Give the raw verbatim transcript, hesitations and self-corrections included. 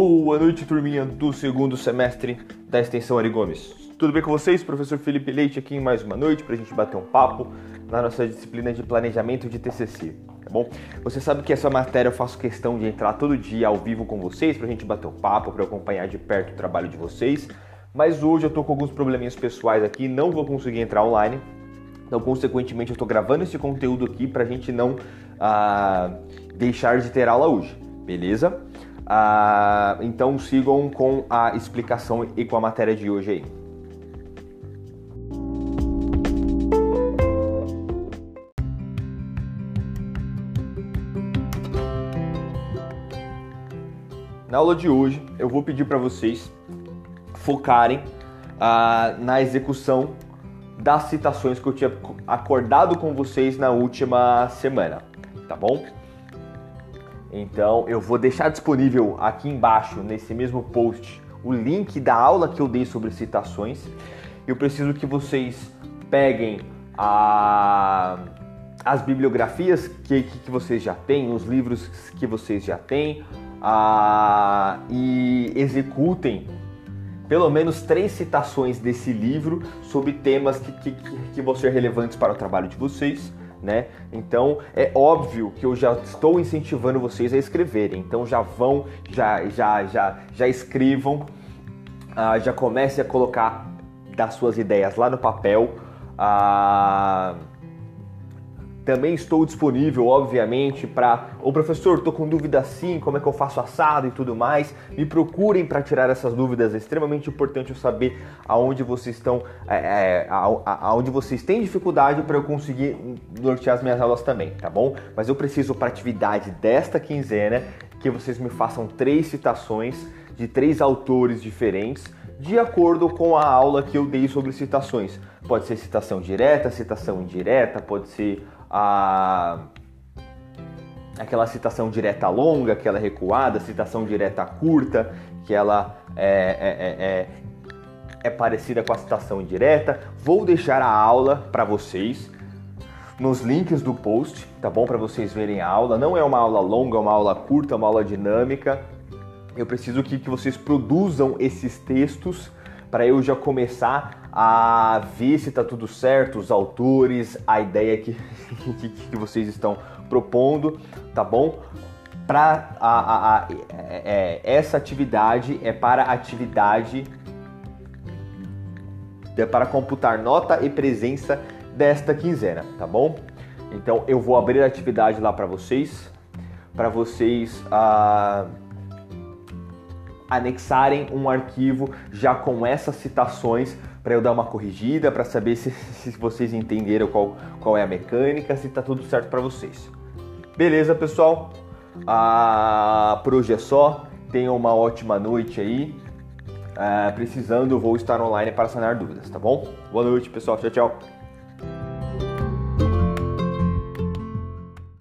Boa noite, turminha do segundo semestre da Extensão Ari Gomes. Tudo bem com vocês? Professor Felipe Leite aqui em mais uma noite para a gente bater um papo na nossa disciplina de planejamento de T C C, tá bom? Você sabe que essa matéria eu faço questão de entrar todo dia ao vivo com vocês para a gente bater um papo, para acompanhar de perto o trabalho de vocês, mas hoje eu tô com alguns probleminhas pessoais aqui, não vou conseguir entrar online, então consequentemente eu tô gravando esse conteúdo aqui para a gente não ah, deixar de ter aula hoje, beleza? Ah, então sigam com a explicação e com a matéria de hoje aí. Na aula de hoje eu vou pedir para vocês focarem ah, na execução das citações que eu tinha acordado com vocês na última semana, tá bom? Então eu vou deixar disponível aqui embaixo, nesse mesmo post, o link da aula que eu dei sobre citações. Eu preciso que vocês peguem a, as bibliografias que, que vocês já têm, os livros que vocês já têm, a, e executem pelo menos três citações desse livro sobre temas que, que, que vão ser relevantes para o trabalho de vocês. Né? Então é óbvio que eu já estou incentivando vocês a escreverem, então já vão, já, já, já, já escrevam, uh, já comecem a colocar das suas ideias lá no papel. Uh, também estou disponível, obviamente, para o professor, estou com dúvida sim, como é que eu faço assado e tudo mais. Me procurem para tirar essas dúvidas, é extremamente importante eu saber aonde vocês estão, é, é, aonde vocês têm dificuldade para eu conseguir nortear as minhas aulas também, tá bom? Mas eu preciso para a atividade desta quinzena que vocês me façam três citações de três autores diferentes, de acordo com a aula que eu dei sobre citações. Pode ser citação direta, citação indireta, pode ser a... aquela citação direta longa, aquela recuada, citação direta curta, que ela é, é, é, é parecida com a citação indireta. Vou deixar a aula para vocês nos links do post, tá bom? Para vocês verem a aula. Não é uma aula longa, é uma aula curta, é uma aula dinâmica. Eu preciso que, que vocês produzam esses textos para eu já começar a ver se está tudo certo, os autores, a ideia que, que, que vocês estão propondo, tá bom? Para a, a, a, é, essa atividade é para atividade é para computar nota e presença desta quinzena, tá bom? Então eu vou abrir a atividade lá para vocês, para vocês ah, anexarem um arquivo já com essas citações para eu dar uma corrigida, para saber se, se vocês entenderam qual, qual é a mecânica, se está tudo certo para vocês. Beleza, pessoal? Ah, por hoje é só. Tenham uma ótima noite aí. Ah, precisando, vou estar online para sanar dúvidas, tá bom? Boa noite, pessoal. Tchau, tchau.